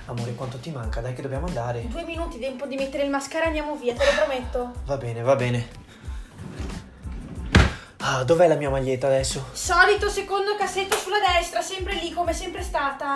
Amore, quanto ti manca? Dai che dobbiamo andare. 2 minuti, tempo di mettere il mascara, andiamo via, te lo prometto. Va bene, va bene. Ah, dov'è la mia maglietta adesso? Solito secondo cassetto sulla destra, sempre lì come sempre stata.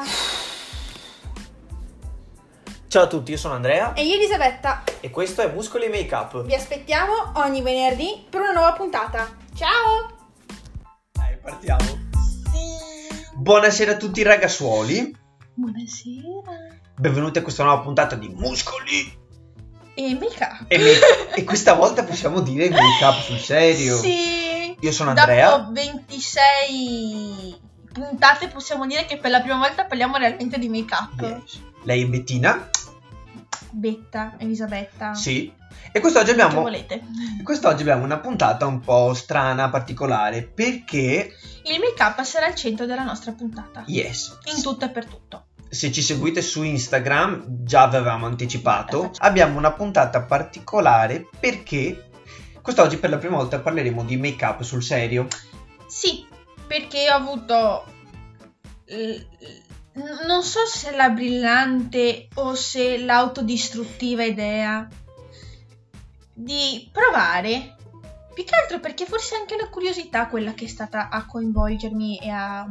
Ciao a tutti, io sono Andrea. E io Elisabetta. E questo è Muscoli Make Up. Vi aspettiamo ogni venerdì per una nuova puntata. Ciao! Dai, partiamo. Buonasera a tutti ragazzuoli. Buonasera. Benvenuti a questa nuova puntata di Muscoli E make up. e questa volta possiamo dire make up sul serio. Sì. Io sono Andrea. Dopo 26 puntate possiamo dire che per la prima volta parliamo realmente di make up. Yes. Lei è Bettina. Betta, Elisabetta. Sì. E quest'oggi Che abbiamo volete? una puntata un po' strana, particolare, perché Il make up sarà al centro della nostra puntata. yes. In tutto e per tutto. Se ci seguite su Instagram, già avevamo anticipato, abbiamo una puntata particolare perché quest'oggi per la prima volta parleremo di make up sul serio. Sì, perché ho avuto non so se la brillante o se l'autodistruttiva idea di provare, più che altro perché forse anche la curiosità quella che è stata a coinvolgermi e a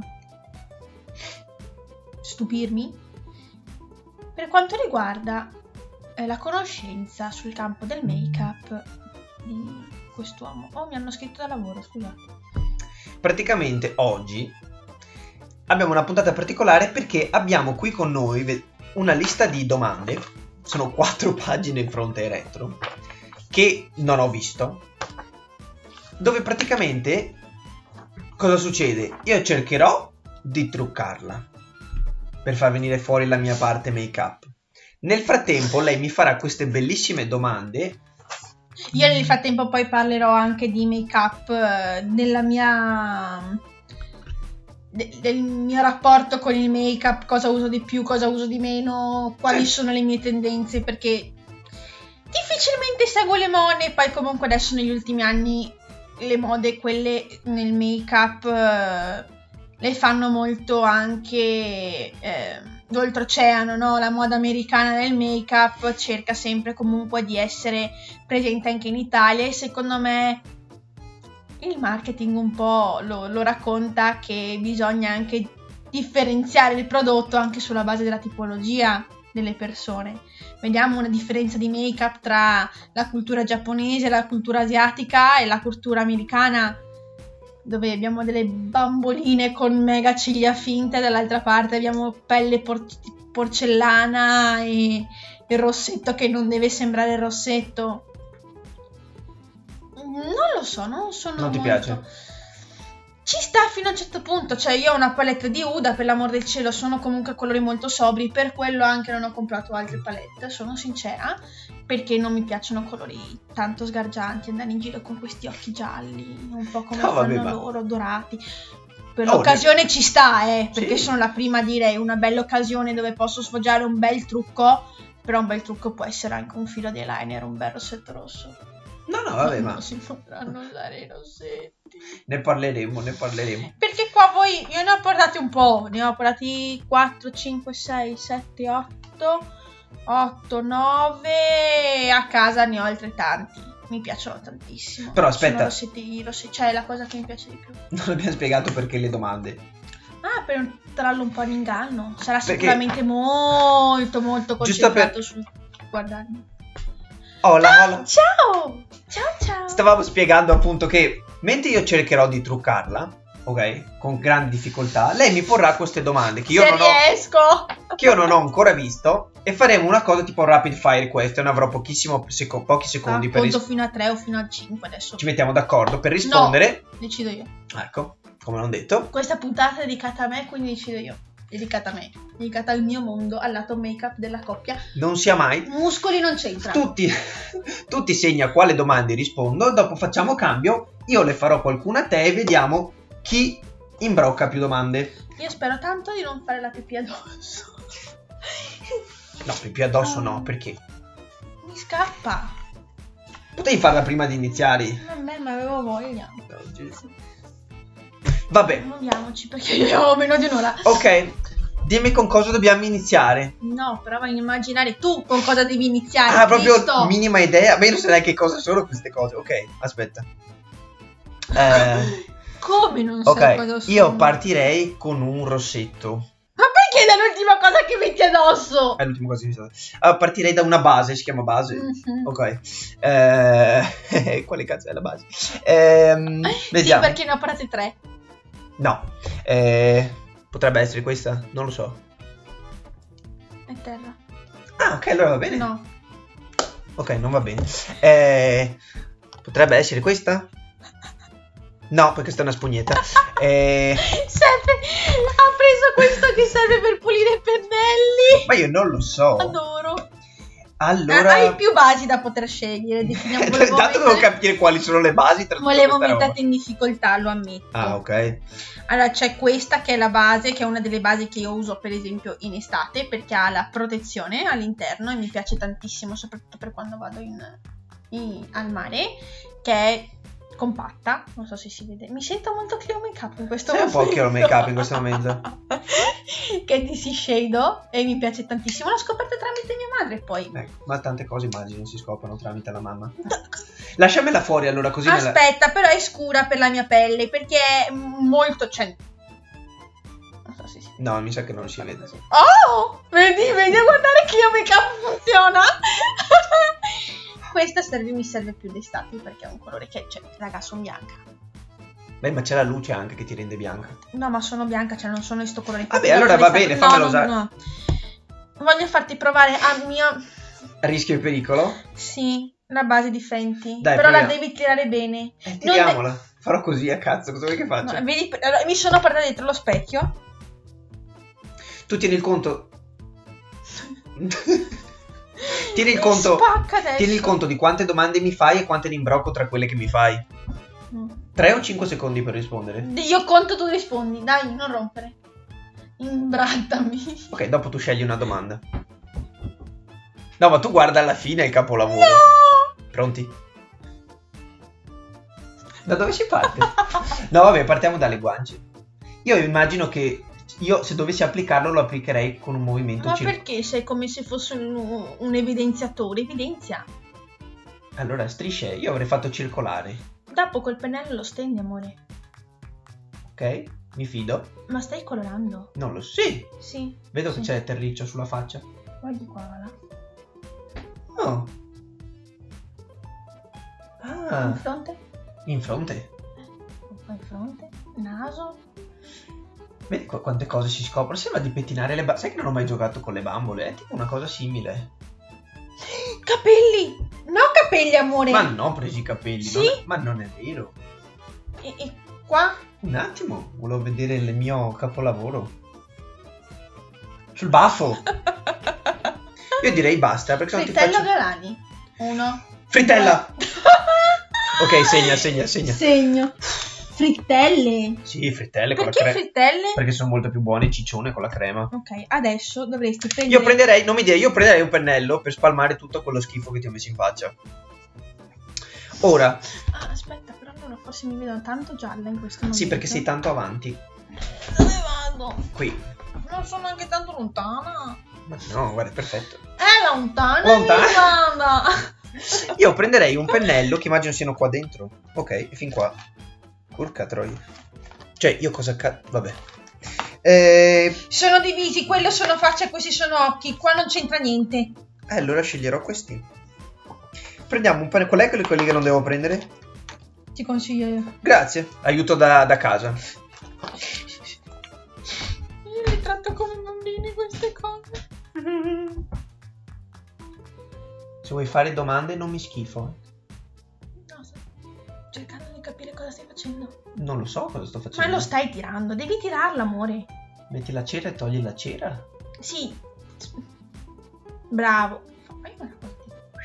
stupirmi per quanto riguarda la conoscenza sul campo del make-up di quest'uomo. Oh, mi hanno scritto da lavoro, scusate. Praticamente oggi abbiamo una puntata particolare perché abbiamo qui con noi una lista di domande, sono 4 pagine in fronte e retro, che non ho visto, dove praticamente cosa succede? Io cercherò di truccarla per far venire fuori la mia parte make up. Nel frattempo lei mi farà queste bellissime domande. Io nel frattempo poi parlerò anche di make up del mio rapporto con il make up, cosa uso di più, cosa uso di meno, quali sono le mie tendenze, perché difficilmente seguo le mode. Poi comunque adesso negli ultimi anni le mode, quelle nel make up, le fanno molto anche d'oltreoceano, no? La moda americana del make up cerca sempre comunque di essere presente anche in Italia, e secondo me il marketing un po' lo racconta che bisogna anche differenziare il prodotto anche sulla base della tipologia delle persone. Vediamo una differenza di make up tra la cultura giapponese, la cultura asiatica e la cultura americana, dove abbiamo delle bamboline con mega ciglia finte, dall'altra parte abbiamo pelle porcellana e il rossetto che non deve sembrare rossetto. Non lo so, non sono Non ti molto... piace? Ci sta fino a un certo punto, cioè io ho una palette di Huda, per l'amor del cielo, sono comunque colori molto sobri, per quello anche non ho comprato altre palette, sono sincera, perché non mi piacciono colori tanto sgargianti, andare in giro con questi occhi gialli, un po' come fanno loro, dorati. Per l'occasione ci sta, perché sono la prima a dire una bella occasione dove posso sfoggiare un bel trucco, però un bel trucco può essere anche un filo di eyeliner, un bel rossetto rosso. No, vabbè, ma non si potranno usare i rossetti. ne parleremo. Perché qua io ne ho portati un po', ne ho portati 4, 5, 6, 7, 8, 9, a casa ne ho altrettanti. Mi piacciono tantissimo. Però aspetta, sono rossetti, cioè è la cosa che mi piace di più. non abbiamo spiegato perché le domande. Ah, per trarlo un po' in inganno. Sarà sicuramente molto concentrato sul guardarmi. Hola. Ciao. Stavamo spiegando appunto che mentre io cercherò di truccarla, ok, con grandi difficoltà, lei mi porrà queste domande che io non ho ancora visto, e faremo una cosa tipo rapid fire question. Avrò pochi secondi per conto fino a 3 o fino a 5 adesso. Ci mettiamo d'accordo per rispondere. No, decido io. Ecco, come non detto. Questa puntata è dedicata a me, quindi decido io. Dedicata a me, dedicata al mio mondo, al lato make-up della coppia. Non sia mai. Muscoli non c'entra. Tutti segna quale domande rispondo, dopo facciamo cambio, io le farò qualcuna a te e vediamo chi imbrocca più domande. Io spero tanto di non fare la pipì addosso. No, pipì addosso no, perché? Mi scappa. Potevi farla prima di iniziare. Vabbè, ma avevo voglia. Vabbè. Muoviamoci perché io ho meno di un'ora. Ok. Dimmi con cosa dobbiamo iniziare. No, prova a immaginare tu con cosa devi iniziare. Ah, proprio Cristo. minima idea. Beh, io non so neanche cosa sono queste cose. Ok, aspetta. Come non sai cosa Ok, sono? io partirei con un rossetto. Ma perché è l'ultima cosa che metti addosso? È l'ultima cosa che mi sa. Allora, partirei da una base, si chiama base. Mhm. Ok. Quale cazzo è la base? Sì, Vediamo. perché ne ho parate 3. No. Potrebbe essere questa? Non lo so. È terra. Ah, ok, allora va bene. No. Ok, non va bene. Potrebbe essere questa? No, perché questa è una spugnetta. Serve. Ha preso questo che serve per pulire i pennelli. Ma io non lo so. Adoro. Allora... Hai più basi da poter scegliere. Definiamo. Intanto devo capire quali sono le basi. Tra tutte Volevo queste robe. metterti in difficoltà, lo ammetto. Ah, ok. Allora c'è questa che è la base, che è una delle basi che io uso per esempio in estate, perché ha la protezione all'interno e mi piace tantissimo, soprattutto per quando vado al mare, che è compatta, non so se si vede. Mi sento molto Cleo Makeup in questo Sei un momento. po' Cleo Makeup in questo momento. Che è DC Shade e mi piace tantissimo. L'ho scoperta tramite mia madre poi. Ma tante cose immagino si scoprono tramite la mamma. Lasciamela fuori allora così me la... Aspetta, però è scura per la mia pelle perché è molto... Cioè... Non so se si... No, mi sa che non si vede. Oh! Vedi a guardare Cleo Makeup funziona! Questa mi serve più d'estate perché è un colore che... Cioè, raga, sono bianca. Beh, ma c'è la luce anche che ti rende bianca. No, ma sono bianca, cioè non sono in sto colore. Vabbè, allora va bene, fammelo usare. No. Voglio farti provare a mio... Rischio e pericolo? Sì, la base di Fenty. Dai, però la proviamo. devi tirare bene. Tiriamola. Farò così a cazzo, cosa vuoi che faccia? No, vedi, allora, mi sono portata dietro lo specchio. Tu tieni il conto... Tieni il conto... Spacca adesso. Tieni il conto di quante domande mi fai e quante ne imbrocco tra quelle che mi fai. 3 o 5 secondi per rispondere? Io conto, tu rispondi. Dai, non rompere. Imbrattami. Ok, dopo tu scegli una domanda. No, ma tu guarda alla fine il capolavoro. No! Pronti? Da dove si parte? No, vabbè, partiamo dalle guance. Io immagino che io, se dovessi applicarlo, lo applicherei con un movimento Ma circolare. perché sei come se fosse un evidenziatore? Evidenzia. Allora, strisce, io avrei fatto circolare. Dopo col pennello lo stendi, amore. Ok? Mi fido? Ma stai colorando? Non lo so. Sì! Sì. Vedo Sì. che c'è terriccio sulla faccia. Guardi qua, là. Oh. In Ah, fronte. in fronte. Qua in fronte. Naso. Vedi quante cose si scoprono. Sembra di pettinare le bambole. Sai che non ho mai giocato con le bambole? È tipo una cosa simile. Capelli! No capelli, amore! Ma non ho preso i capelli. Sì? Ma non è vero. E qua? Un attimo, volevo vedere il mio capolavoro. Sul baffo. Io direi basta, perché non ti Frittella faccio... Galani. 1. Frittella! Ok, segna. Segno. Frittelle. Sì, frittelle con la Perché crema. frittelle? Perché sono molto più buone, ciccione con la crema. Ok, adesso dovresti prendere... Io prenderei, non mi dire, io prenderei un pennello per spalmare tutto quello schifo che ti ho messo in faccia. Ora, Ah, aspetta, però allora forse mi vedo tanto gialla in questo momento. sì, perché sei tanto avanti. Dove vado? Qui. Non sono anche tanto lontana. Ma no, guarda, è perfetto. È lontana. Lontana? Guarda. Io prenderei un pennello che immagino siano qua dentro. Ok, e fin qua. Porca troia. Cioè, io cosa vabbè. Sono divisi, quello sono faccia e questi sono occhi. Qua non c'entra niente. Allora sceglierò questi. Prendiamo un pennello. Qual è quelli che non devo prendere? Ti consiglio io. Grazie, aiuto da casa. Io li tratto come bambini queste cose. Se vuoi fare domande non mi schifo. No, sto cercando di capire cosa stai facendo. Non lo so cosa sto facendo. Ma lo stai tirando, devi tirarla, amore. Metti la cera e togli la cera. Sì. Bravo. Fai una cosa.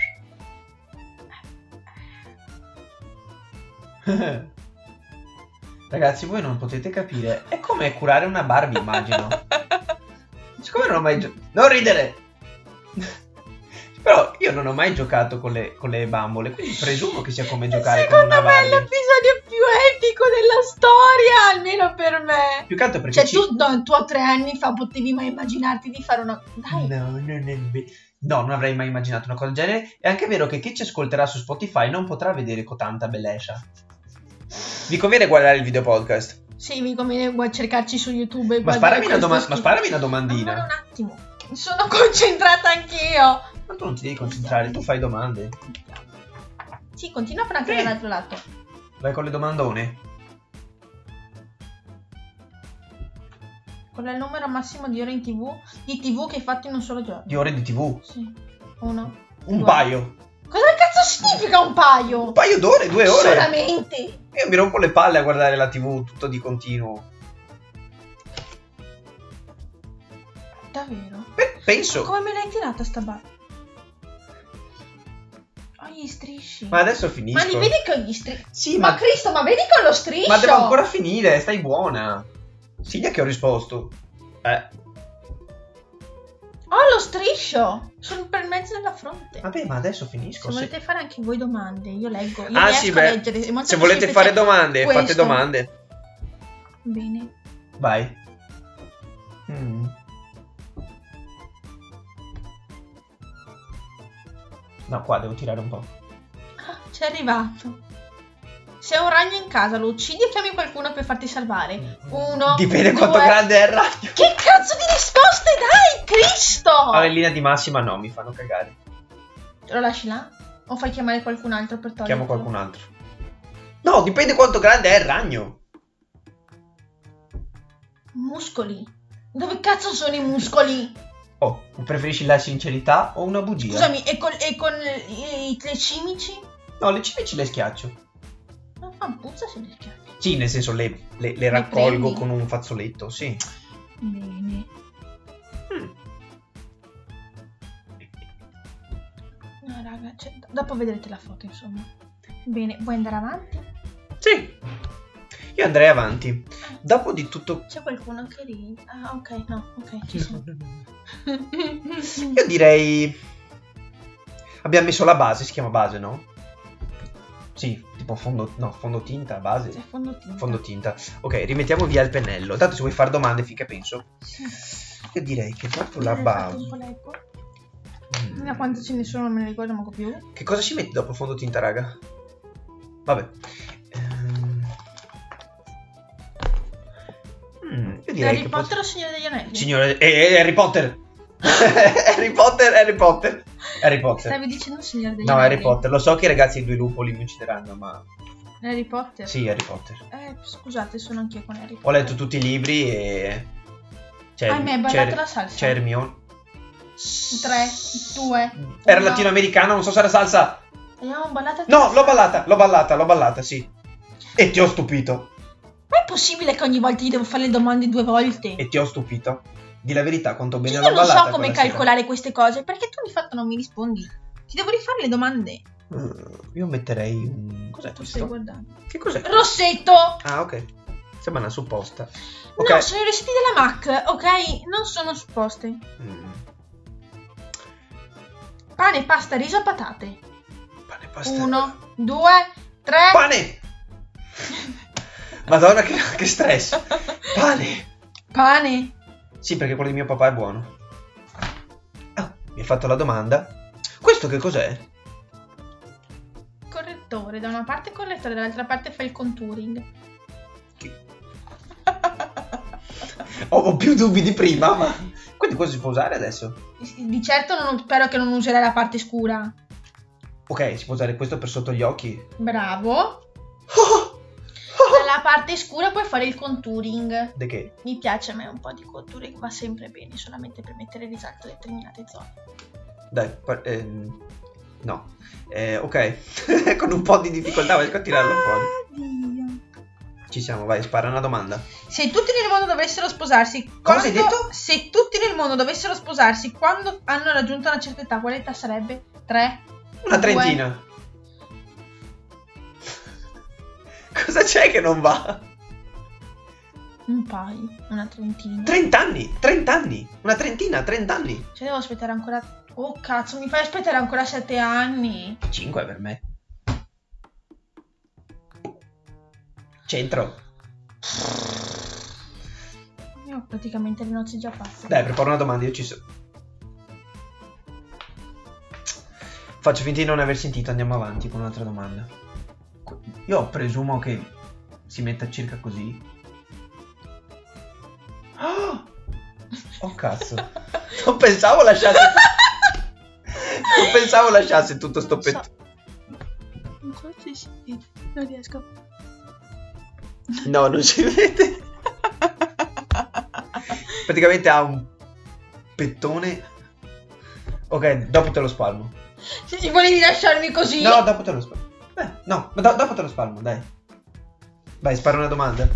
Ragazzi, voi non potete capire. È come curare una Barbie, immagino. Siccome non ho mai non ridere. Però io non ho mai giocato con le bambole, quindi presumo che sia come giocare con Secondo una me è Barbie. l'episodio più epico della storia, almeno per me. Più che altro perché Cioè, tu a 3 anni fa potevi mai immaginarti di fare una... Dai. No, non avrei mai immaginato una cosa del genere. È anche vero che chi ci ascolterà su Spotify non potrà vedere con tanta bellezza. Vi conviene guardare il video podcast. Sì, mi conviene cercarci su YouTube. E Ma guardare sparami una, questo sparami schifo. una domandina. Ma un attimo, sono concentrata anch'io. Ma tu non ti devi concentrare, tu fai domande. Sì, continua per anche dall'altro lato. Vai con le domandone. Qual è il numero massimo di ore in TV? Di TV che hai fatto in un solo giorno? Di ore di TV. Sì. 1. Un paio. Cosa cazzo significa un paio? Un paio d'ore, 2 ore. Solamente. Io mi rompo le palle a guardare la TV tutto di continuo. Davvero? Penso. Come me l'hai tirata sta barra? Ho gli strisci. Ma adesso finisco. Ma li vedi che ho gli strisci? Sì, Ma Cristo, ma vedi con lo striscio? Ma devo ancora finire, stai buona. Sigla che ho risposto. Ho lo striscio. Sono per mezzo della fronte. Vabbè, ma adesso finisco. Se volete fare anche voi domande, io leggo. Io Ah riesco sì, a beh. leggere. È molto Se volete semplice. fare domande, fate Questo. domande. Bene. Vai. No, qua devo tirare un po'. Ah, c'è arrivato. Se hai un ragno in casa, lo uccidi o chiami qualcuno per farti salvare? 1. Dipende quanto grande è il ragno. Che cazzo di risposte dai, Cristo! Allora, in linea di massima no, mi fanno cagare. Lo lasci là? O fai chiamare qualcun altro per toglierlo? Chiamo qualcun altro. No, dipende quanto grande è il ragno. Muscoli. Dove cazzo sono i muscoli? Oh, preferisci la sincerità o una bugia? Scusami, e con le cimici? No, le cimici le schiaccio. Non fa puzza se le schiacci. Sì, nel senso le raccolgo prendi? con un fazzoletto, sì. Bene. No, raga, cioè, dopo vedrete la foto, insomma. Bene, vuoi andare avanti? Sì. Io andrei avanti. Dopo di tutto... C'è qualcuno che ride? Ah, ok, no, ok, ci sono. Io direi... Abbiamo messo la base, si chiama base, no? Sì, tipo fondotinta, base. C'è fondotinta. Fondotinta. Ok, rimettiamo via il pennello. Tanto se vuoi fare domande finché penso. Io direi che dopo la base... Un po' l'eco. Da quanto ce ne sono non me ne ricordo manco più. Che cosa ci metti dopo fondotinta, raga? Vabbè. Io direi Harry che Potter o Signore degli Anelli? Signore... Harry Potter! Harry Potter, Harry Potter. Harry Potter. Stavi dicendo Signore degli No, Anelli? Harry Potter. Lo so che i ragazzi due lupoli mi uccideranno, ma... Harry Potter? Sì, Harry Potter. Scusate, sono anch'io con Harry Potter. Ho letto tutti i libri e... Ahimè, è ballata la salsa. C'è Hermione. 3, 2... Era latinoamericano, non so se era salsa. Abbiamo ballato. No, l'ho ballata, sì. E ti ho stupito. Ma è possibile che ogni volta gli devo fare le domande 2 volte? E ti ho stupito. Di la verità, quanto bene Io l'ho non ballata so come quella sera. calcolare queste cose, perché tu di fatto non mi rispondi. Ti devo rifare le domande. Io metterei un... Cos'è Tu stai questo? guardando. Che cos'è? Rossetto! Ah, ok. Sembra una supposta. Ok. No, sono i rossetti della MAC, ok? Non sono supposte. Pane, pasta, riso, patate. Pane, pasta. 1, 2, 3. Pane! Madonna, che stress. Pane! Pane. Sì, perché quello di mio papà è buono. Ah, mi hai fatto la domanda. Questo che cos'è? Correttore, da una parte correttore, dall'altra parte fai il contouring. Ho più dubbi di prima, ma... Quindi cosa si può usare adesso? Di certo spero che non userai la parte scura. Ok, si può usare questo per sotto gli occhi. Bravo. Dalla parte scura puoi fare il contouring. De che? Mi piace a me un po' di contouring, va sempre bene, solamente per mettere in risalto determinate zone. Dai, no. Ok, con un po' di difficoltà riesco a tirarlo fuori. Addio. Ci siamo, vai, spara una domanda. Se tutti nel mondo dovessero sposarsi... Cosa hai detto? Se tutti nel mondo dovessero sposarsi quando hanno raggiunto una certa età, quale età sarebbe? 3? Una 2? trentina. Cosa c'è che non va? Un paio, una trentina. 30 anni, 30 anni. Una trentina, 30 anni. Cioè devo aspettare ancora Oh cazzo, mi fai aspettare ancora 7 anni. 5 per me. Centro. Io ho praticamente le nozze già fatte. Dai, preparo una domanda, io ci so. Faccio finta di non aver sentito, andiamo avanti con un'altra domanda. Io presumo che si metta circa così. Oh cazzo. Non pensavo lasciasse tutto sto pezzo. Non so se si vede, non riesco. No, non si vede. Praticamente ha un pettone. Ok, dopo te lo spalmo. Se volevi lasciarmi così. No, dopo te lo spalmo. No, ma dopo te lo spalmo, dai. Vai, spara una domanda.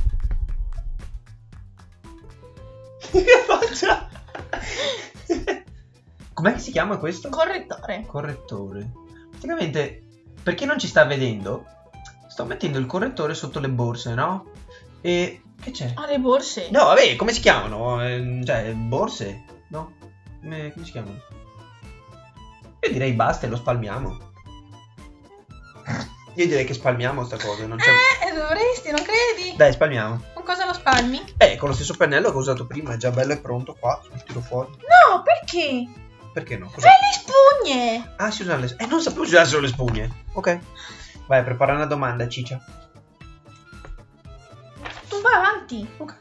Che faccia? Com'è che si chiama questo? Correttore. Correttore. Praticamente, per chi non ci sta vedendo, sto mettendo il correttore sotto le borse, no? E che c'è? Ah, le borse. No, vabbè, come si chiamano? Cioè, borse? No? Come si chiamano? Io direi basta e lo spalmiamo. Io direi che spalmiamo sta cosa, non c'è... dovresti, non credi? Dai, spalmiamo. Con cosa lo spalmi? Con lo stesso pennello che ho usato prima, è già bello e pronto qua, lo tiro fuori. No, perché? Perché no? Fai le spugne! Ah, si usano le... non sapevo usassero le spugne. Ok. Vai, prepara una domanda, ciccia. Tu vai avanti. Ok.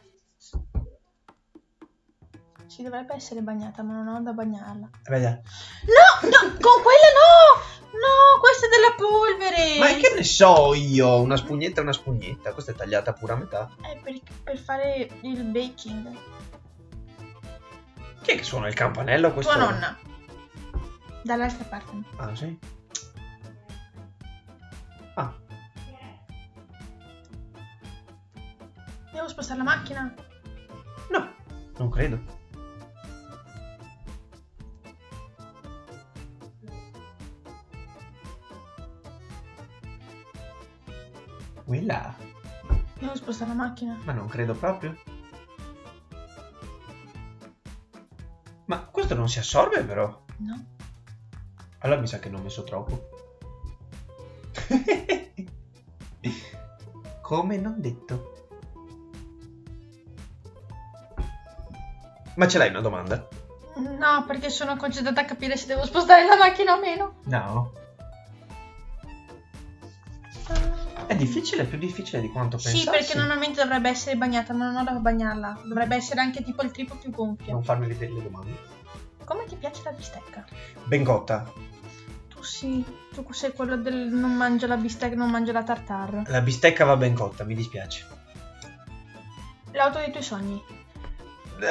Ci dovrebbe essere bagnata, ma non ho da bagnarla. Vedi. No, con quella no! No, questa è della polvere! Ma che ne so io? Una spugnetta è una spugnetta. Questa è tagliata pure a metà. È per fare il baking. Chi è che suona il campanello a questo? Tua nonna. Dall'altra parte. Ah, sì? Ah. Devo spostare la macchina? No, non credo. Quella? Devo spostare la macchina? Ma non credo proprio. Ma questo non si assorbe però. No. Allora mi sa che ne ho messo troppo. Come non detto. Ma ce l'hai una domanda? No, perché sono concentrata a capire se devo spostare la macchina o meno. No. È difficile, è più difficile di quanto pensassi. Sì, perché normalmente dovrebbe essere bagnata, ma non ho da bagnarla. Dovrebbe essere anche tipo il triplo più gonfia. Non farmi vedere le domande. Come ti piace la bistecca? Ben cotta. Tu sì, tu sei quello del non mangio la bistecca, non mangio la tartare. La bistecca va ben cotta, mi dispiace. L'auto dei tuoi sogni. 3,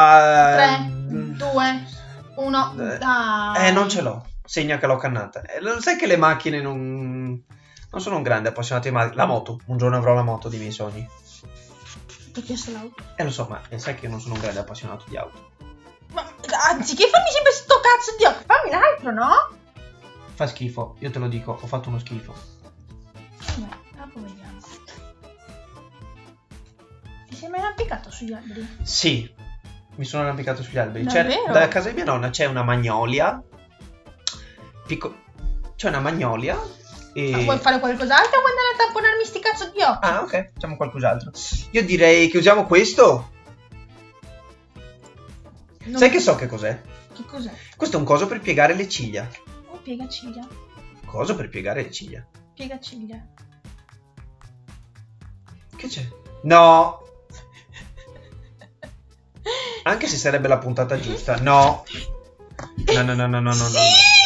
2, 1. Non ce l'ho. Segna che l'ho cannata. Lo sai che le macchine non sono un grande appassionato di macchine. La moto. Un giorno avrò la moto dei miei sogni. Ti ho chiesto l'auto. Lo so, ma sai che io non sono un grande appassionato di auto. Ma anziché farmi sempre sto cazzo di auto, fammi l'altro, no? Fa schifo, io te lo dico, ho fatto uno schifo. Vabbè, dopo vediamo. Ti sei mai arrampicato sugli alberi? Sì, mi sono arrampicato sugli alberi. Davvero? Da casa di mia nonna c'è una magnolia. C'è una magnolia e... Ma vuoi fare qualcos'altro o vuoi andare a tamponarmi sti cazzo di occhi? Ah, ok, facciamo qualcos'altro. Io direi che usiamo questo. Sai che so che cos'è? Che cos'è? Questo è un coso per piegare le ciglia. Oh, piega ciglia. Coso per piegare le ciglia. Piega ciglia. Che c'è? No. Anche se sarebbe la puntata giusta. No. No. Sì!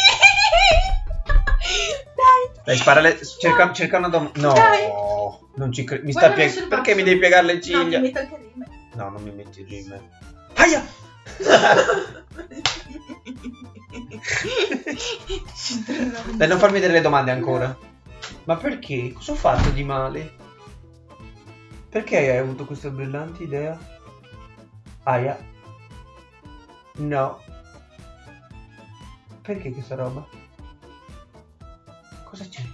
Dai, sparale. Cerca una domanda. No. Dai. Non ci credo. Perché mi devi piegare le ciglia? No, ti metto anche rime. No, non mi metti il rime. Aia! Dai, non farmi delle domande ancora. Ma perché? Cosa ho fatto di male? Perché hai avuto questa brillante idea? Aia. No. Perché questa roba? Cosa c'è?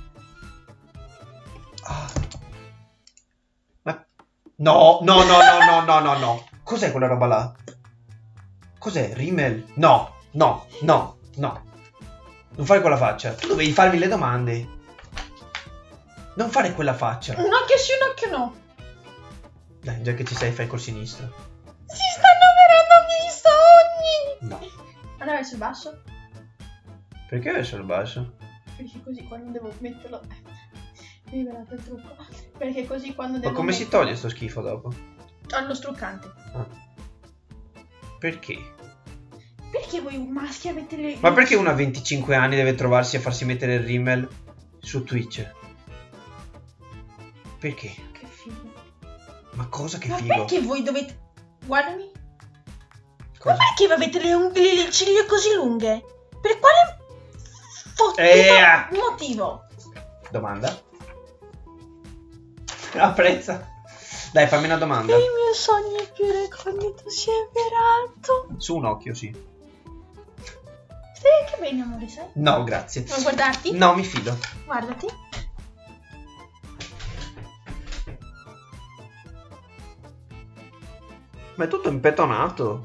Ah. Ma... No. Cos'è quella roba là? Cos'è? Rimmel? No. No. Non fare quella faccia. Tu dovevi farmi le domande. Non fare quella faccia. Un occhio sì, un occhio no. Dai, già che ci sei, fai col sinistro. Si stanno avverando i miei sogni. No. Allora verso il basso. Perché verso il basso? Perché così quando devo metterlo... Mi verrà il trucco. Perché così quando devo Ma come si toglie sto schifo dopo? Allo struccante. Ah. Perché? Perché voi maschi avete le... Ma perché uno a 25 anni deve trovarsi a farsi mettere il rímel su Twitch? Perché? Che figo. Ma cosa che Ma figo? perché voi dovete... Guardami. Cosa? Ma perché avete le ciglia così lunghe? Per quale motivo? Domanda? Apprezza. Dai, fammi una domanda. Il mio sogno più recondito si è avverato. Su un occhio, sì. Stai anche bene, amore, sai? No, grazie. Vuoi guardarti? No, mi fido. Guardati. Ma è tutto impetonato.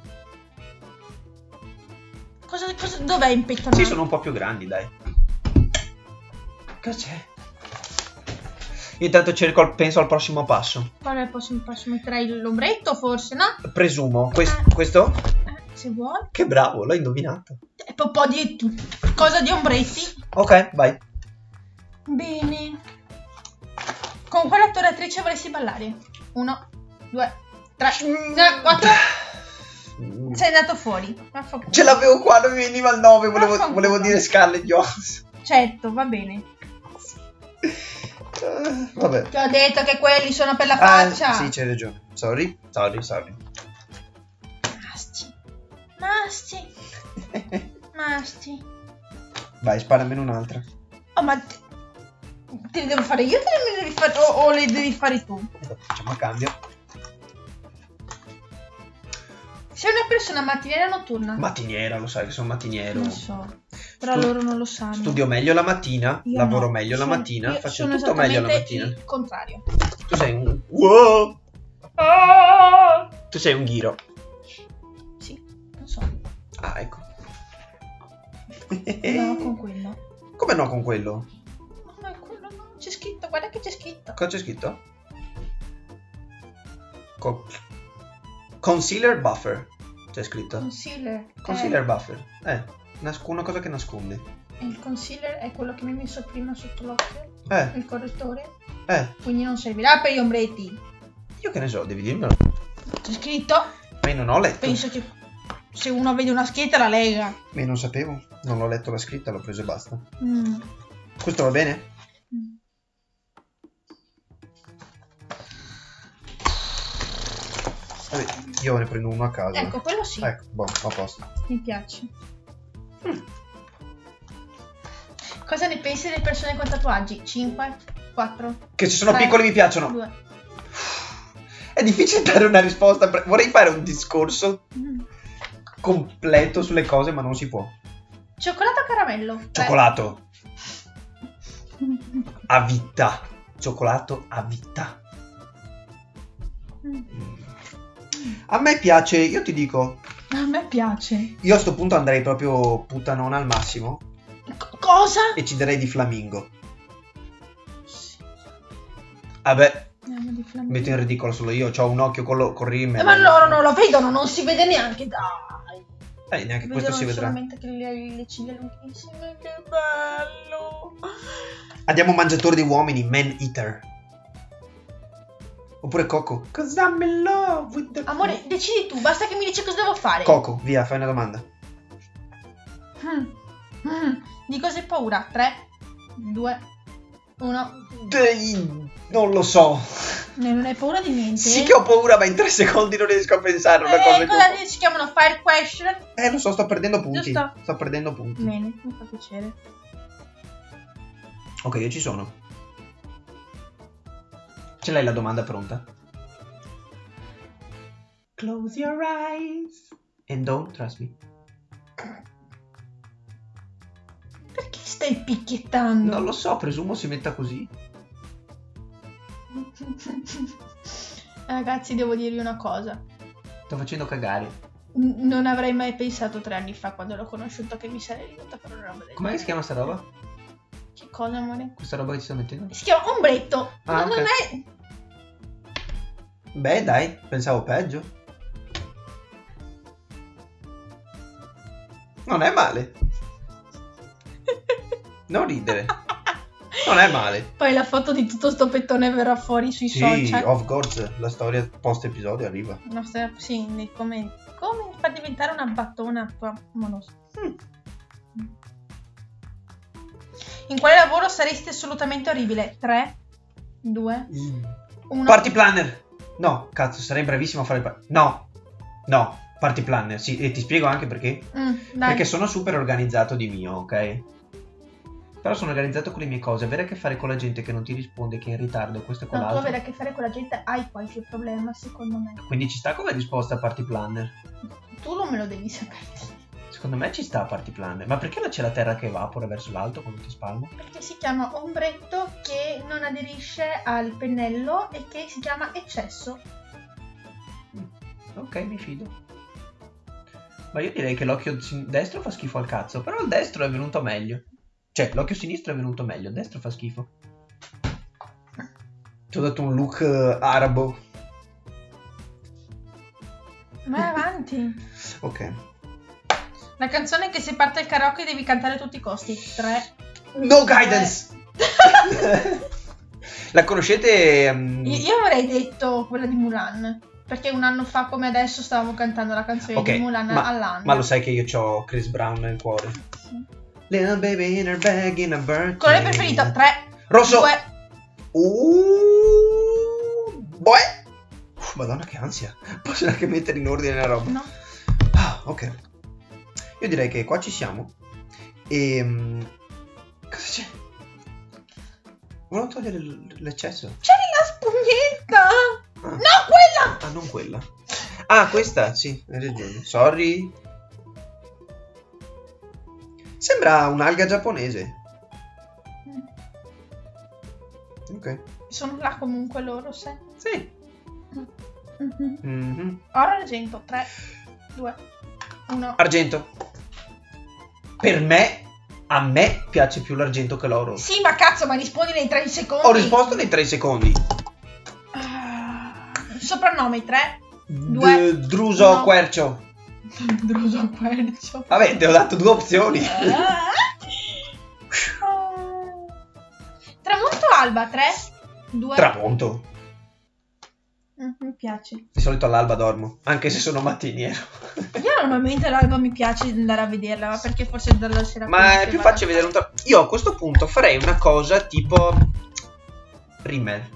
Dov'è impettonato? Sì, sono un po' più grandi, dai. Cos'è? Io intanto penso al prossimo passo. Qual è il prossimo passo? Metterai l'ombretto, forse, no? Presumo. Questo? Se vuoi. Che bravo, l'ho indovinato. Un po' di... cosa di ombretti? Ok, vai. Bene. Con quale attore o attrice vorresti ballare? 1, 2, 3, 4. Sei andato fuori. Ce l'avevo qua, non mi veniva il nome. Volevo dire Scarlett Johansson. Certo, va bene. Vabbè. Ti ho detto che quelli sono per la faccia. Sì, c'hai ragione. Sorry. Masti. Vai, sparamene un'altra. Oh, ma te le devo fare io o le devi fare, o le devi fare tu? Facciamo a cambio. Sei una persona mattiniera o notturna? Mattiniera, lo sai che sono mattiniero. Lo so, però loro non lo sanno. Studio meglio la mattina, Io lavoro no. meglio la mattina, Io faccio sono tutto meglio la mattina. il contrario. Tu sei un... Wow! Tu sei un ghiro. Sì, lo so. Ah, ecco. No, con quello. Come no con quello? No, quello no. C'è scritto, guarda che c'è scritto. Cosa c'è scritto? Concealer buffer. C'è scritto. Concealer. Buffer. Una cosa che nasconde. E il concealer è quello che mi hai messo prima sotto l'occhio. Il correttore. Quindi non servirà per gli ombretti. Io che ne so, devi dirmelo. C'è scritto. Ma io non ho letto. Penso che se uno vede una scritta la lega. Ma io non sapevo. Non l'ho letto la scritta, l'ho preso e basta. Questo va bene? Vabbè, io ne prendo uno a caso. Ecco, quello sì. Ecco, boh, a posto. Mi piace. Cosa ne pensi delle persone con tatuaggi? 5, 4. Che ci sono 3, piccoli mi piacciono. 2. È difficile dare una risposta. Vorrei fare un discorso completo sulle cose, ma non si può. Cioccolato o caramello? Cioccolato. A vita. Cioccolato a vita. A me piace, io ti dico. A me piace. Io a sto punto andrei proprio puttanona al massimo. Cosa? E ci darei di flamingo. Vabbè. Metto in ridicolo solo io. C'ho un occhio con rímel. Ma loro non lo vedono, non si vede neanche. Dai. Neanche questo si vedrà. Solamente che le ciglia lunghissime. Che bello. Andiamo mangiatori di uomini, man eater. Oppure Coco. Cause I'm in love with the... Amore, decidi tu, basta che mi dici cosa devo fare. Coco, via, fai una domanda. Di cosa hai paura? 3, 2, 1. Non lo so. Non hai paura di niente? Sì che ho paura, ma in 3 secondi non riesco a pensare una cosa. Cosa si chiamano fire question? Lo so, sto perdendo punti. Giusto. Sto perdendo punti. Bene, mi fa piacere. Ok, io ci sono. Ce l'hai la domanda pronta? Close your eyes and don't trust me. Perché stai picchiettando? Non lo so, presumo si metta così. Ragazzi, devo dirvi una cosa. Sto facendo cagare. Non avrei mai pensato 3 anni fa, quando l'ho conosciuto, che mi sarei rivolta per una roba del Com'è che si chiama sta roba? Che cosa, amore? Questa roba che ti sto mettendo? Si chiama ombretto. Ah, Non ok. è... Beh, dai, pensavo peggio. Non è male. Non ridere. Non è male. Poi la foto di tutto sto pettone verrà fuori sui Sì, social. of course, la storia post episodio arriva. No, sì, come far diventare una battona famosa. In quale lavoro saresti assolutamente orribile? 3, 2, 1. Party planner. No, cazzo, sarei bravissimo a fare il No, party planner, sì, e ti spiego anche perché. Dai. Perché sono super organizzato di mio, ok? Però sono organizzato con le mie cose. Avere a che fare con la gente che non ti risponde, che è in ritardo, questo e No, tu quell'altro. avere a che fare con la gente hai qualche problema, secondo me. Quindi ci sta come risposta a party planner. Tu non me lo devi sapere. Secondo me ci sta a party planner. Ma perché c'è la terra che evapora verso l'alto quando ti spalmo? Perché si chiama ombretto che non aderisce al pennello e che si chiama eccesso. Ok, mi fido. Ma io direi che l'occhio destro fa schifo al cazzo. Però il destro è venuto meglio. Cioè, l'occhio sinistro è venuto meglio. Il destro fa schifo. Ti ho dato un look arabo. Vai avanti. Ok. La canzone che se parte il karaoke devi cantare a tutti i costi. 3. No guidance! La conoscete? Io avrei detto quella di Mulan. Perché un anno fa, come adesso, stavamo cantando la canzone di Mulan all'anno. Ma lo sai che io ho Chris Brown nel cuore. Sì. Little baby in her bag in a birthday. Colore preferito? 3. Rosso. 2. Boh. Madonna che ansia. Posso anche mettere in ordine la roba? No. Ah, ok. Io direi che qua ci siamo. E... cosa c'è? Volevo togliere l'eccesso. C'è la spugnetta! Ah. No, quella! Ah, non quella. Ah, questa? Sì, hai ragione. Sorry. Sembra un'alga giapponese. Ok. Sono là comunque loro, sai. Sì. Mhm. Oro argento. 3, 2, 1. Argento. Per me, a me piace più l'argento che l'oro. Sì, ma cazzo, ma rispondi nei 3 secondi. Ho risposto nei 3 secondi. Soprannome. 3, 2, Druso 1. Quercio. Druso Quercio. Vabbè, ti ho dato 2 opzioni. Tramonto alba. 3, 2. Tramonto. Mi piace. Di solito all'alba dormo, anche se sono mattiniero. Io normalmente l'alba mi piace andare a vederla, ma perché forse dalla sera. Ma è più facile vedere un Io a questo punto farei una cosa tipo Rimmel.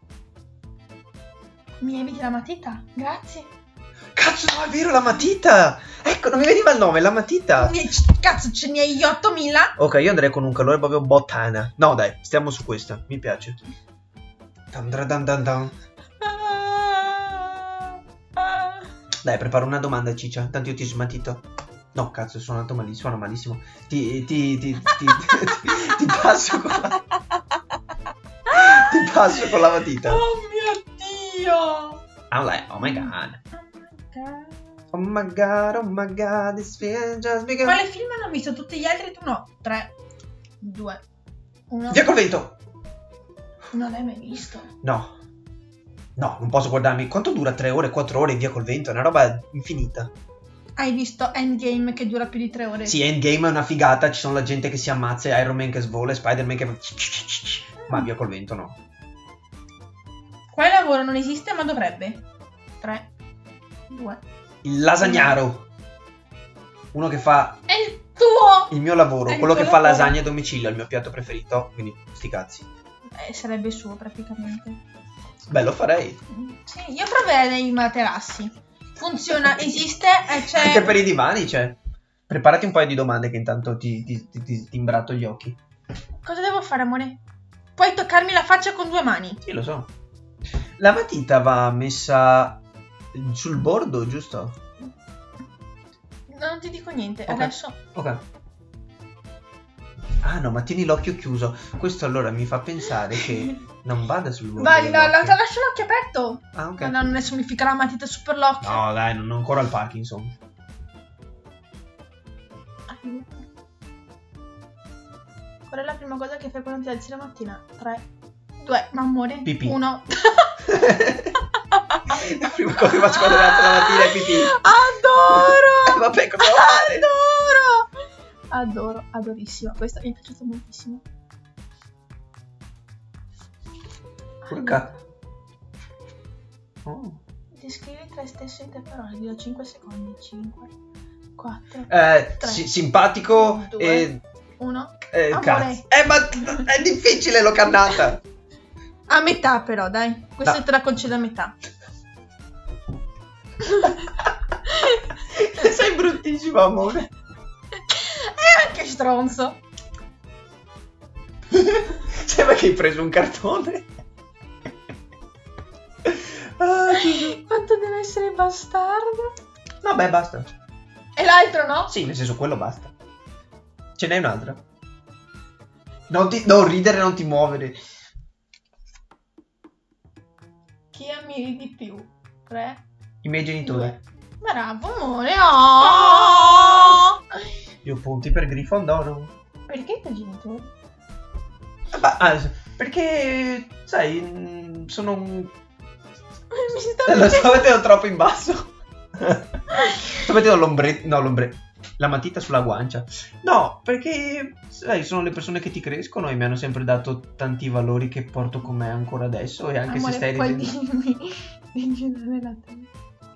Mi eviti la matita? Grazie. Cazzo, no, è vero, la matita. Ecco, non mi veniva il nome, la matita. Cazzo, ce ne hai 8000? Ok, io andrei con un calore proprio bottana. No, dai, stiamo su questa, mi piace. Dai, preparo una domanda, Ciccia. Tanto io ti smatito. No, cazzo, suono malissimo. Ti passo con la... Ti passo con la matita. Oh mio Dio! I'm like, oh my god. Oh my god. Oh my god, this feels just because... Quale film hanno visto tutti gli altri? Tu no. 3, 2, 1. Via col vento. Non l'hai mai visto? No. No, non posso guardarmi. Quanto dura? 3 ore, 4 ore via col vento? È una roba infinita. Hai visto Endgame che dura più di 3 ore? Sì, Endgame è una figata. Ci sono la gente che si ammazza, Iron Man che svola, Spider-Man che fa... Ma via col vento no. Quale lavoro non esiste ma dovrebbe? 3, 2. Il lasagnaro. Uno che fa È il tuo! il mio lavoro. È il Quello tuo che fa lavoro. lasagne a domicilio. È il mio piatto preferito. Quindi sti cazzi. Sarebbe suo praticamente. Beh, lo farei. Sì, io proverei i materassi. Funziona, esiste, c'è... Anche per i divani, cioè. Preparati un paio di domande che intanto ti imbratto gli occhi. Cosa devo fare, amore? Puoi toccarmi la faccia con 2 mani. Sì, lo so. La matita va messa sul bordo, giusto? Non ti dico niente, Ok. adesso... Ok. Ah no, ma tieni l'occhio chiuso. Questo allora mi fa pensare che non vada sul bordo. Vai, no, dell'occhio. lascia l'occhio aperto. Ah, ok. Ma no, adesso mi ficca la matita su per l'occhio. No, dai, non ho ancora il Parkinson. Qual è la prima cosa che fai quando ti alzi la mattina? 3, 2, ma amore, Pipì. 1. La prima cosa che faccio quando mi alzo la mattina è pipì. Adoro! Vabbè, cosa devo fare? Adoro, adorissima. Questa mi è piaciuta moltissimo. Porca. Oh. Descrivi te stesso in 3 parole, vi do 5 secondi. 5, 4, Simpatico 2, e 1. cazzo. Ma è difficile, l'ho cannata. A metà però, dai. Questa No. te la concedo a metà. Sei bruttissimo, amore. E anche stronzo. Sembra che hai preso un cartone. Quanto deve essere bastardo. Vabbè, basta. E l'altro no? Sì, nel senso, quello basta. Ce n'è un'altra? Non ridere, non ti muovere. Chi ammiri di più? 3, I miei genitori. 2. Bravo, amore. Oh! Io punti per Grifondoro. Perché i tuoi genitori? Perché, sai, sono un... Mi sta Lo sto mettendo troppo in basso. Sto mettendo l'ombretto. La matita sulla guancia. No, perché, sai, sono le persone che ti crescono e mi hanno sempre dato tanti valori che porto con me ancora adesso. E anche amore, se stai puoi ridendo... dirmi di chiudere la testa.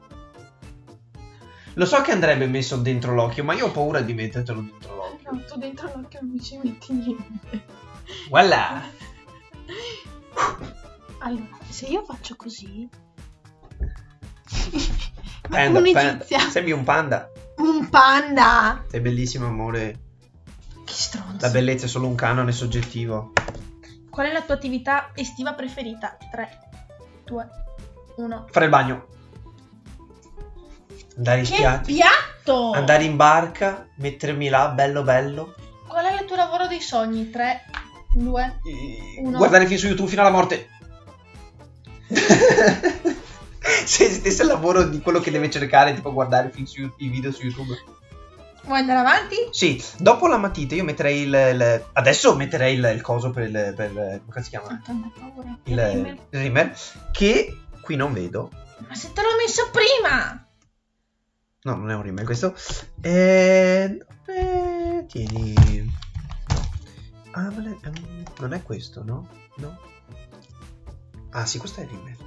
Lo so che andrebbe messo dentro l'occhio, ma io ho paura di mettertelo dentro l'occhio. No, tu dentro l'occhio non mi ci metti niente. Voilà! Allora, se io faccio così... Panda, un'egizia. Sembri un panda. Un panda! Sei bellissimo, amore. Che stronzo. La bellezza è solo un canone soggettivo. Qual è la tua attività estiva preferita? 3, 2, 1. Fare il bagno. Andare in Che spiaggia. piatto! Andare in barca. Mettermi là, bello bello. Qual è il tuo lavoro dei sogni? 3, 2, 1. Guardare film su YouTube fino alla morte. Se esistesse il lavoro di quello che deve cercare, tipo guardare film i video su YouTube. Vuoi andare avanti? Sì, dopo la matita io metterei adesso metterei il coso per come si chiama? Tanta paura. Il rimel, che qui non vedo. Ma se te l'ho messo prima! No, non è un rimel questo. Tieni. Ah, ma non è questo, no? No. Ah, sì, questo è il rimel.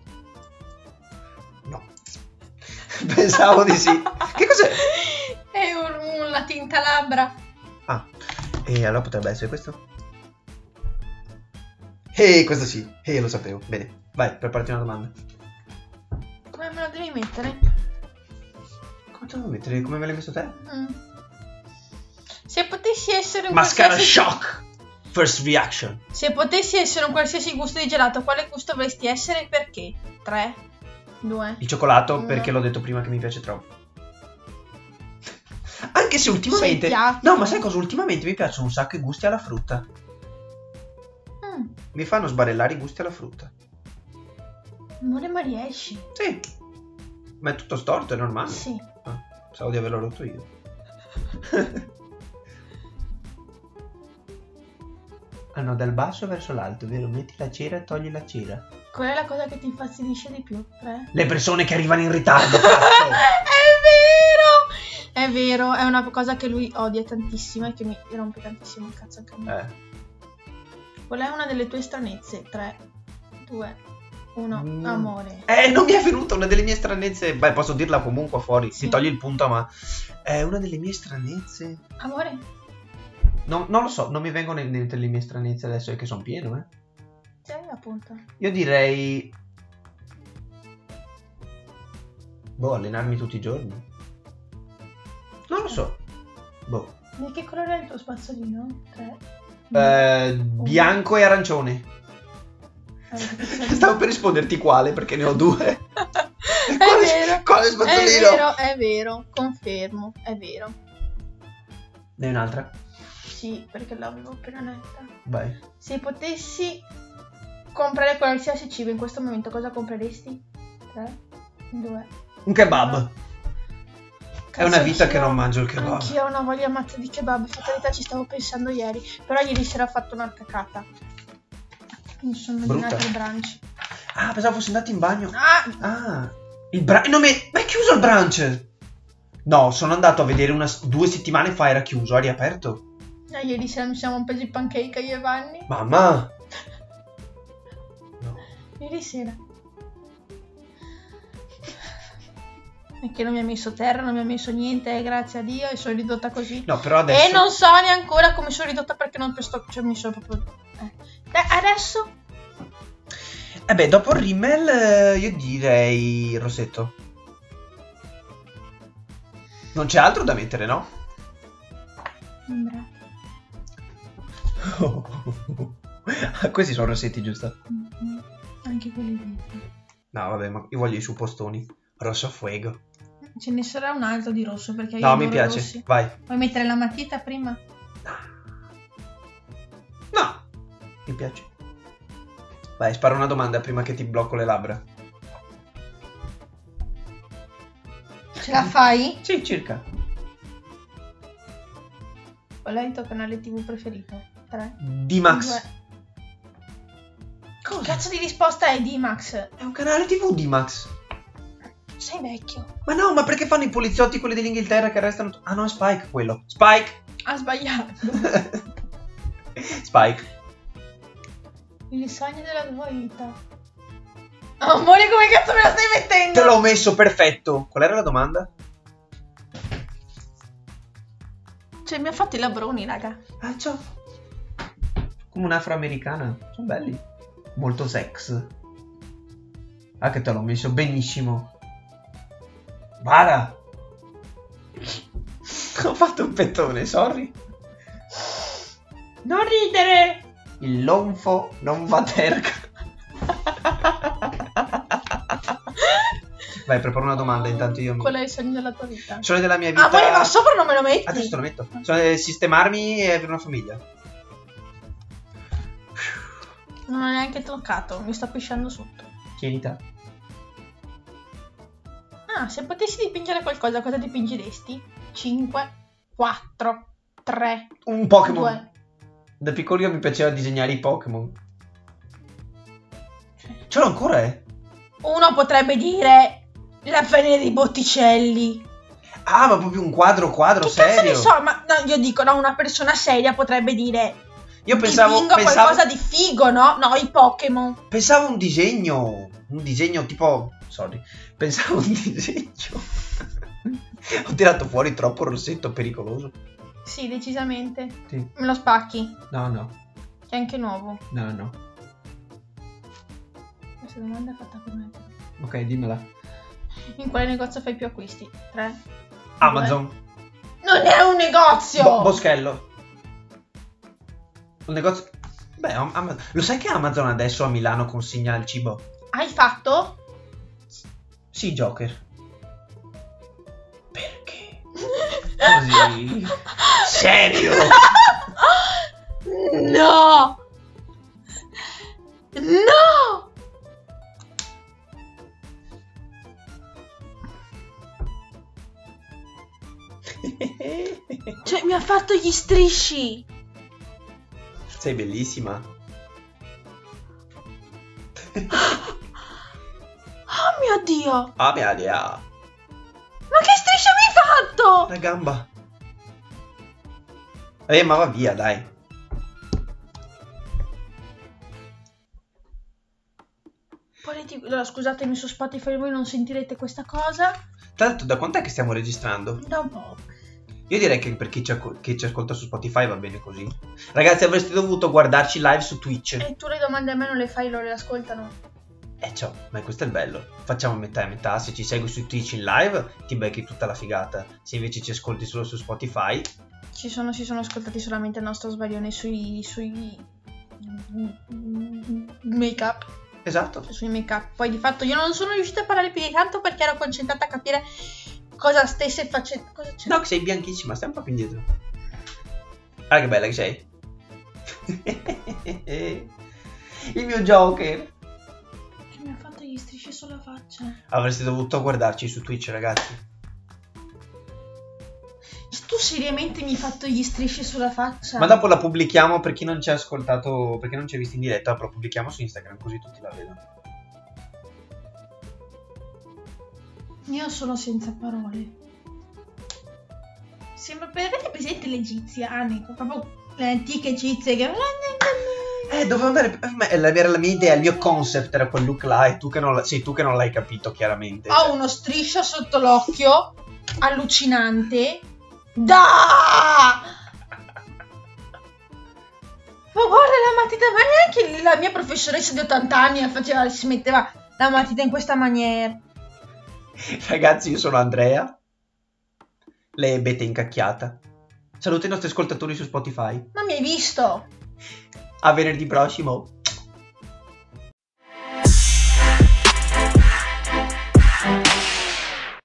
No. Pensavo di sì. Che cos'è? È la tinta labbra. Ah, e allora potrebbe essere questo? Questo sì. Lo sapevo. Bene, vai, preparati una domanda. Come me lo devi mettere? Come te lo devo mettere? Come me l'hai messo te? Se potessi essere un Mascara qualsiasi... shock! First reaction. Se potessi essere un qualsiasi gusto di gelato, quale gusto vorresti essere e perché? 3, 2. Il cioccolato, Uno. perché l'ho detto prima che mi piace troppo. Anche se ultimamente... Sei piatto. No, ma sai cosa? Ultimamente mi piacciono un sacco i gusti alla frutta. Mi fanno sbarellare i gusti alla frutta. Amore, ma riesci? Sì. Ma è tutto storto, è normale. Sì. Ah, pensavo di averlo rotto io. No, dal basso verso l'alto, vero? Metti la cera e togli la cera. Qual è la cosa che ti infastidisce di più? 3. Le persone che arrivano in ritardo, cazzo! È vero, è una cosa che lui odia tantissimo e che mi rompe tantissimo il cazzo anche a me. Qual è una delle tue stranezze? 3, 2, 1. Amore. Non mi è venuta una delle mie stranezze. Beh, posso dirla comunque fuori. Sì. Si toglie il punto, ma è una delle mie stranezze. Amore? Non lo so, non mi vengono in mente le mie stranezze adesso, è che sono pieno, Sì, appunto. Io direi... allenarmi tutti i giorni. Non lo so. Di che colore è il tuo spazzolino? 3. Bianco e arancione. Stavo per risponderti quale, perché ne ho due. È vero. Quale spazzolino? È vero, confermo, è vero. Ne hai un'altra? Sì, perché l'avevo appena letta. Vai. Se potessi comprare qualsiasi cibo in questo momento, cosa compreresti? 3, 2. Un kebab. È una vita che non mangio il kebab. Anch'io ho una voglia matta di kebab. Fatalità, ci stavo pensando ieri. Però ieri sera ho fatto una cacata. Mi sono ordinato il brunch. Ah, pensavo fossi andato in bagno. Ah! Il brunch. No, ma è chiuso il brunch! No, sono andato a vedere 2 settimane fa, era chiuso, ha riaperto. Ieri sera mi siamo presi il pancake io e Vanni. Mamma! No. Ieri sera. E che non mi ha messo terra, non mi ha messo niente, grazie a Dio, e sono ridotta così. No, però adesso... E non so neanche ancora come sono ridotta perché non sto... Cioè mi sono proprio... Adesso... beh, dopo il Rimmel io direi il rossetto. Non c'è altro da mettere, no? Questi sono rossetti, giusto? Anche quelli lì. No, vabbè, ma io voglio i suppostoni. Rosso a fuego. Ce ne sarà un altro di rosso perché io No, mi adoro piace. rossi. Vai. Vuoi mettere la matita prima? No, mi piace. Vai, spara una domanda prima che ti blocco le labbra. Ce la fai? Sì, circa. Qual è il tuo canale TV preferito? 3? D-Max. 2. Cosa? Che cazzo di risposta è D-Max? È un canale TV D-Max. Sei vecchio. Ma no, ma perché fanno i poliziotti quelli dell'Inghilterra che arrestano... Ah no, è Spike quello. Spike! Ha sbagliato. Spike. Il sogno della tua vita. Oh, amore, come cazzo me la stai mettendo? Te l'ho messo perfetto. Qual era la domanda? Cioè, mi ha fatto i labroni, raga. Ah, ciao. Come un'afroamericana. Sono belli. Molto sex. Ah, che te l'ho messo benissimo. Bara. Ho fatto un pettone, sorry. Non ridere. Il lonfo non va terca. Vai, preparo una domanda intanto io. Qual è il sogno della tua vita? Il sogno della mia vita. Amore, ma sopra non me lo metti? Adesso te lo metto. Sistemarmi e avere una famiglia. Non ho neanche toccato, mi sto pisciando sotto. Tienita. Ah, se potessi dipingere qualcosa, cosa dipingeresti? 5, 4, 3, Un Pokémon. 2. Da piccolo io mi piaceva disegnare i Pokémon. Ce l'ho ancora, Uno potrebbe dire la fine di Botticelli. Ah, ma proprio un quadro Che serio. cazzo ne so, ma no, io dico, no, una persona seria potrebbe dire Io pensavo qualcosa di figo, no? No, i Pokémon. Pensavo un disegno tipo... Sorry. Pensavo un disegno. Ho tirato fuori troppo rossetto, pericoloso. Sì, decisamente. Sì. Me lo spacchi. No. C'è anche nuovo. No. Questa domanda è fatta per me. Ok, dimmela. In quale negozio fai più acquisti? 3. Amazon. Non è un negozio! Boschello. Un negozio... Beh, lo sai che Amazon adesso a Milano consegna il cibo? Hai fatto? Sì, Joker. Perché? Così? Serio? No! No! Cioè, mi ha fatto gli strisci. Sei bellissima. Oh mio Dio! Ah, mia Dio. Ma che striscia mi hai fatto? La gamba. Ma va via, dai. Allora, scusatemi, su Spotify voi non sentirete questa cosa. Tra l'altro, da quant'è che stiamo registrando? Da un po'. Io direi che per chi ci ascolta su Spotify va bene così. Ragazzi, avreste dovuto guardarci live su Twitch. E tu le domande a me non le fai, loro le ascoltano. Ciao, ma questo è il bello. Facciamo metà e metà. Se ci segui su Twitch in live, ti becchi tutta la figata. Se invece ci ascolti solo su Spotify... Si sono ascoltati solamente il nostro sbaglione sui make-up. Esatto. Sui make-up. Poi di fatto io non sono riuscita a parlare più di tanto perché ero concentrata a capire cosa stesse facendo. Cosa c'è? No, che sei bianchissima, stiamo proprio indietro. Ah, che bella che sei. Il mio Joker. Che mi ha fatto gli strisci sulla faccia. Avreste dovuto guardarci su Twitch, ragazzi. Tu seriamente mi hai fatto gli strisci sulla faccia? Ma dopo la pubblichiamo per chi non ci ha ascoltato, perché non ci ha visto in diretta, la pubblichiamo su Instagram così tutti la vedono. Io sono senza parole. Sembra, avete presente le egiziane? Proprio le antiche egizie che... Dovevo andare... Era la mia idea, il mio concept era quel look là, e tu che non l'hai capito chiaramente. Ho uno striscio sotto l'occhio, allucinante. Da! Ma guarda la matita, ma neanche la mia professoressa di 80 anni si metteva la matita in questa maniera. Ragazzi, io sono Andrea. Lei è Bete incacchiata. Saluta i nostri ascoltatori su Spotify. Ma mi hai visto? A venerdì prossimo.